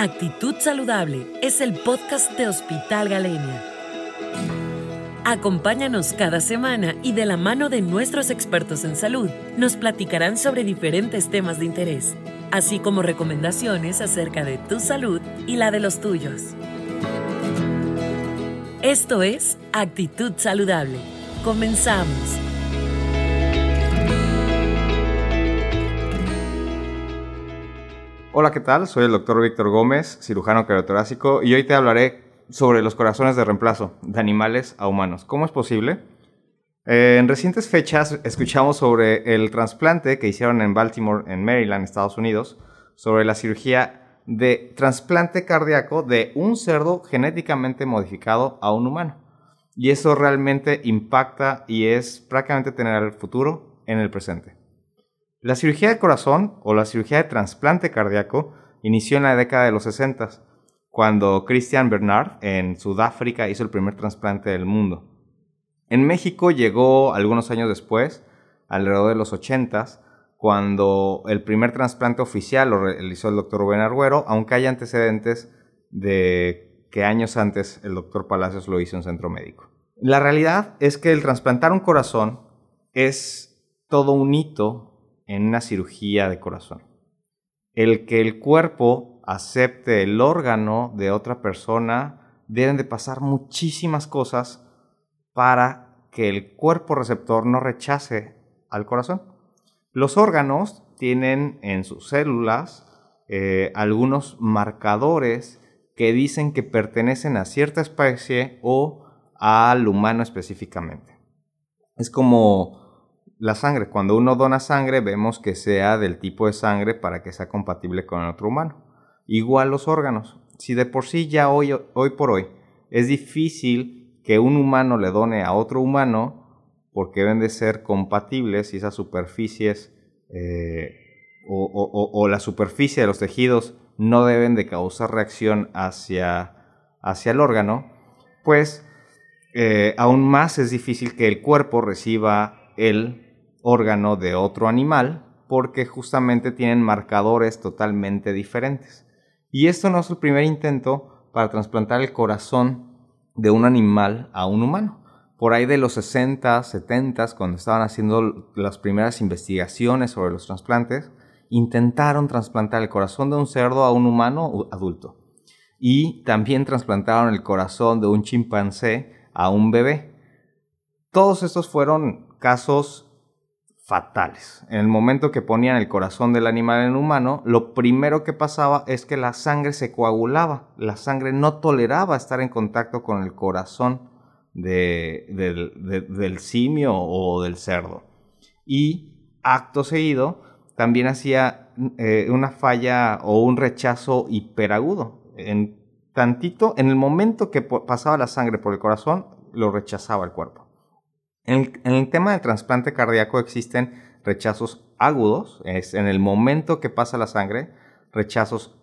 Actitud Saludable es el podcast de Hospital Galenia. Acompáñanos cada semana y de la mano de nuestros expertos en salud, nos platicarán sobre diferentes temas de interés, así como recomendaciones acerca de tu salud y la de los tuyos. Esto es Actitud Saludable. Comenzamos. Hola, ¿qué tal? Soy el Dr. Víctor Gómez, cirujano cardiotorácico, y hoy te hablaré sobre los corazones de reemplazo de animales a humanos. ¿Cómo es posible? En recientes fechas escuchamos sobre el trasplante que hicieron en Baltimore, en Maryland, Estados Unidos, sobre la cirugía de trasplante cardíaco de un cerdo genéticamente modificado a un humano. Y eso realmente impacta y es prácticamente tener el futuro en el presente. La cirugía de corazón o la cirugía de trasplante cardíaco inició en la década de los 60, cuando Christian Barnard en Sudáfrica hizo el primer trasplante del mundo. En México llegó algunos años después, alrededor de los 80, cuando el primer trasplante oficial lo realizó el Dr. Rubén Arguero, aunque hay antecedentes de que años antes el Dr. Palacios lo hizo en Centro Médico. La realidad es que el trasplantar un corazón es todo un hito en una cirugía de corazón. El que el cuerpo acepte el órgano de otra persona, deben de pasar muchísimas cosas para que el cuerpo receptor no rechace al corazón. Los órganos tienen en sus células algunos marcadores que dicen que pertenecen a cierta especie o al humano específicamente. Es como la sangre. Cuando uno dona sangre, vemos que sea del tipo de sangre para que sea compatible con el otro humano. Igual los órganos. Si de por sí ya hoy por hoy es difícil que un humano le done a otro humano porque deben de ser compatibles y esas superficies o la superficie de los tejidos no deben de causar reacción hacia el órgano, pues aún más es difícil que el cuerpo reciba el órgano de otro animal porque justamente tienen marcadores totalmente diferentes. Y esto no es el primer intento para trasplantar el corazón de un animal a un humano. Por ahí de los 60, 70, cuando estaban haciendo las primeras investigaciones sobre los trasplantes, intentaron trasplantar el corazón de un cerdo a un humano adulto. Y también trasplantaron el corazón de un chimpancé a un bebé. Todos estos fueron casos fatales. En el momento que ponían el corazón del animal en el humano, lo primero que pasaba es que la sangre se coagulaba. La sangre no toleraba estar en contacto con el corazón del simio o del cerdo. Y acto seguido también hacía una falla o un rechazo hiperagudo. En el momento que pasaba la sangre por el corazón, lo rechazaba el cuerpo. En el tema del trasplante cardíaco existen rechazos agudos, es en el momento que pasa la sangre, rechazos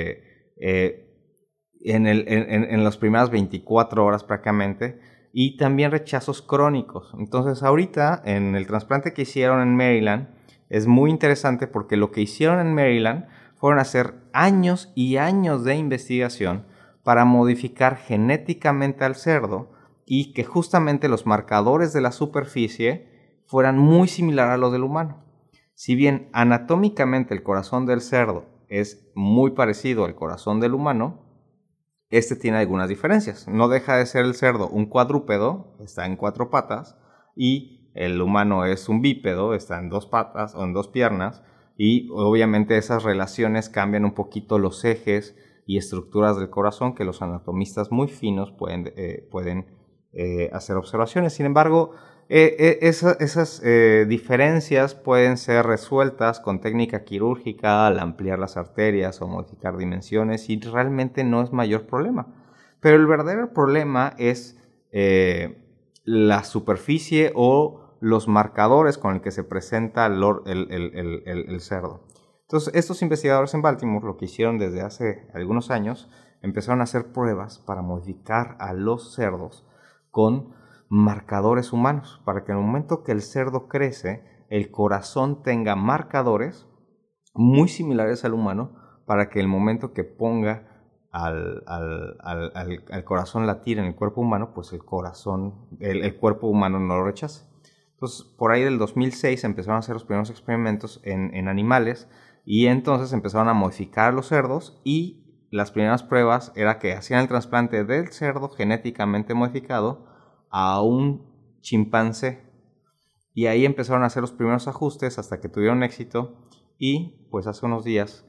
en las primeras 24 horas prácticamente, y también rechazos crónicos. Entonces ahorita en el trasplante que hicieron en Maryland es muy interesante porque lo que hicieron en Maryland fueron hacer años y años de investigación para modificar genéticamente al cerdo y que justamente los marcadores de la superficie fueran muy similares a los del humano. Si bien anatómicamente el corazón del cerdo es muy parecido al corazón del humano, este tiene algunas diferencias. No deja de ser el cerdo un cuadrúpedo, está en 4 patas, y el humano es un bípedo, está en 2 patas o en 2 piernas, y obviamente esas relaciones cambian un poquito los ejes y estructuras del corazón que los anatomistas muy finos pueden hacer observaciones. Sin embargo, esas diferencias pueden ser resueltas con técnica quirúrgica al ampliar las arterias o modificar dimensiones y realmente no es mayor problema. Pero el verdadero problema es la superficie o los marcadores con el que se presenta el cerdo. Entonces, estos investigadores en Baltimore lo que hicieron desde hace algunos años, empezaron a hacer pruebas para modificar a los cerdos con marcadores humanos, para que en el momento que el cerdo crece, el corazón tenga marcadores muy similares al humano, para que el momento que ponga al corazón latir en el cuerpo humano, pues el cuerpo humano no lo rechaza. Entonces, por ahí del 2006 empezaron a hacer los primeros experimentos en animales y entonces empezaron a modificar los cerdos y las primeras pruebas era que hacían el trasplante del cerdo genéticamente modificado a un chimpancé. Y ahí empezaron a hacer los primeros ajustes hasta que tuvieron éxito y pues hace unos días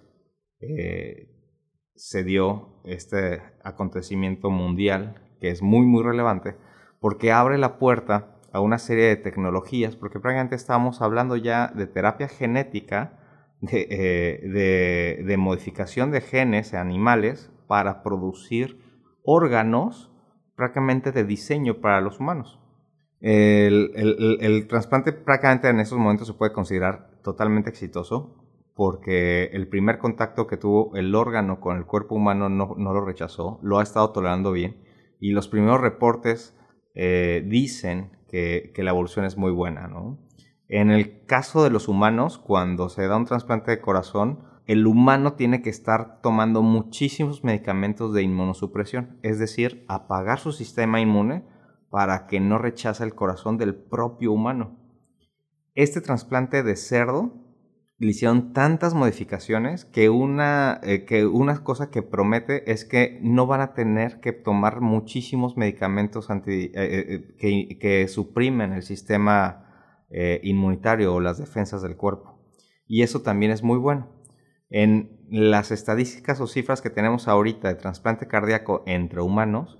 se dio este acontecimiento mundial que es muy muy relevante porque abre la puerta a una serie de tecnologías, porque prácticamente estamos hablando ya de terapia genética, de modificación de genes en animales para producir órganos prácticamente de diseño para los humanos. El trasplante prácticamente en estos momentos se puede considerar totalmente exitoso porque el primer contacto que tuvo el órgano con el cuerpo humano no lo rechazó, lo ha estado tolerando bien y los primeros reportes dicen que la evolución es muy buena, ¿no? En el caso de los humanos, cuando se da un trasplante de corazón, el humano tiene que estar tomando muchísimos medicamentos de inmunosupresión, es decir, apagar su sistema inmune para que no rechace el corazón del propio humano. Este trasplante de cerdo le hicieron tantas modificaciones que una cosa que promete es que no van a tener que tomar muchísimos medicamentos que suprimen el sistema inmunitario o las defensas del cuerpo. Y eso también es muy bueno. En las estadísticas o cifras que tenemos ahorita de trasplante cardíaco entre humanos,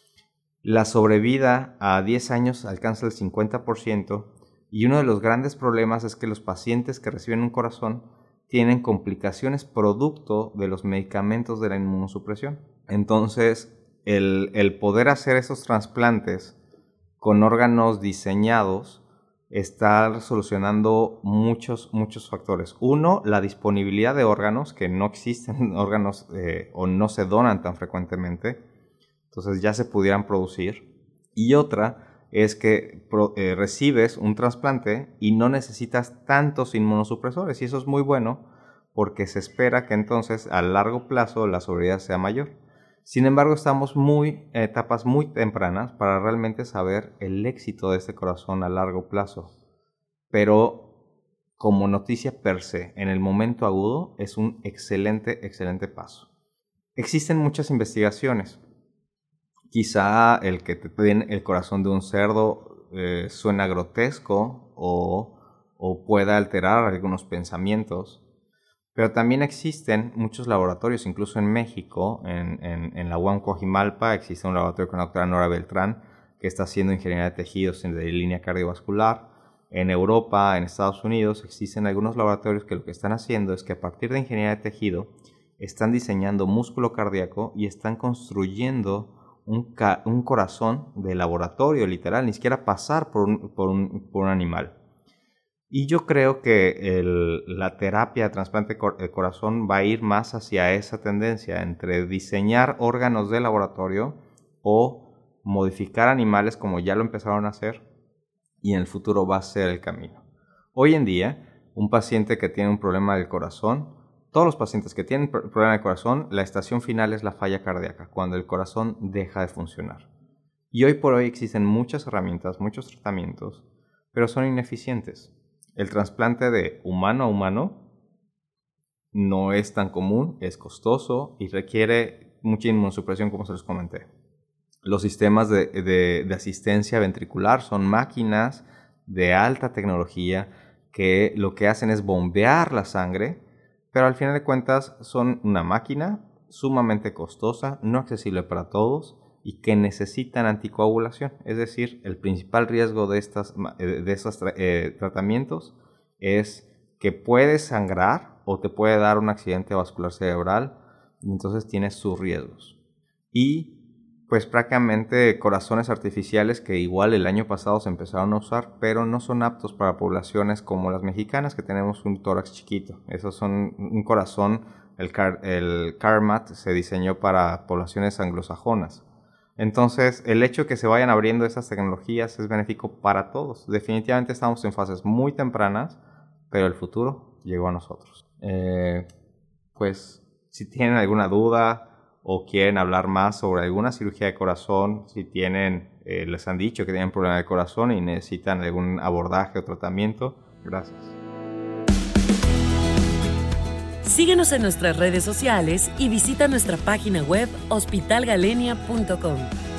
la sobrevida a 10 años alcanza el 50%. Y uno de los grandes problemas es que los pacientes que reciben un corazón tienen complicaciones producto de los medicamentos de la inmunosupresión. Entonces, el poder hacer esos trasplantes con órganos diseñados está solucionando muchos factores. Uno, la disponibilidad de órganos, que no existen órganos o no se donan tan frecuentemente. Entonces ya se pudieran producir. Y otra es que recibes un trasplante y no necesitas tantos inmunosupresores y eso es muy bueno porque se espera que entonces a largo plazo la sobrevida sea mayor. Sin embargo, estamos en etapas muy tempranas para realmente saber el éxito de este corazón a largo plazo. Pero como noticia per se, en el momento agudo es un excelente paso. Existen muchas investigaciones. Quizá el que te den el corazón de un cerdo suena grotesco o pueda alterar algunos pensamientos, pero también existen muchos laboratorios, incluso en México, en la UAM Coajimalpa, existe un laboratorio con la doctora Nora Beltrán que está haciendo ingeniería de tejidos de línea cardiovascular. En Europa, en Estados Unidos, existen algunos laboratorios que lo que están haciendo es que a partir de ingeniería de tejido están diseñando músculo cardíaco y están construyendo un corazón de laboratorio, literal, ni siquiera pasar por un animal. Y yo creo que la terapia de trasplante de corazón va a ir más hacia esa tendencia, entre diseñar órganos de laboratorio o modificar animales como ya lo empezaron a hacer, y en el futuro va a ser el camino. Hoy en día, un paciente que tiene un problema del corazón, todos los pacientes que tienen problema de corazón, la estación final es la falla cardíaca, cuando el corazón deja de funcionar. Y hoy por hoy existen muchas herramientas, muchos tratamientos, pero son ineficientes. El trasplante de humano a humano no es tan común, es costoso y requiere mucha inmunosupresión, como se les comenté. Los sistemas de asistencia ventricular son máquinas de alta tecnología que lo que hacen es bombear la sangre, pero al final de cuentas son una máquina sumamente costosa, no accesible para todos y que necesitan anticoagulación. Es decir, el principal riesgo de estos tratamientos es que puedes sangrar o te puede dar un accidente vascular cerebral y entonces tienes sus riesgos. Y pues prácticamente corazones artificiales que igual el año pasado se empezaron a usar, pero no son aptos para poblaciones como las mexicanas, que tenemos un tórax chiquito. Esos son un corazón, el CARMAT se diseñó para poblaciones anglosajonas. Entonces, el hecho de que se vayan abriendo esas tecnologías es benéfico para todos. Definitivamente estamos en fases muy tempranas, pero el futuro llegó a nosotros. Pues, si tienen alguna duda o quieren hablar más sobre alguna cirugía de corazón, si tienen, les han dicho que tienen problema de corazón y necesitan algún abordaje o tratamiento. Gracias. Síguenos en nuestras redes sociales y visita nuestra página web hospitalgalenia.com.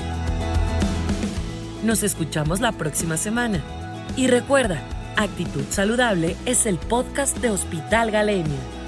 Nos escuchamos la próxima semana. Y recuerda, Actitud Saludable es el podcast de Hospital Galenia.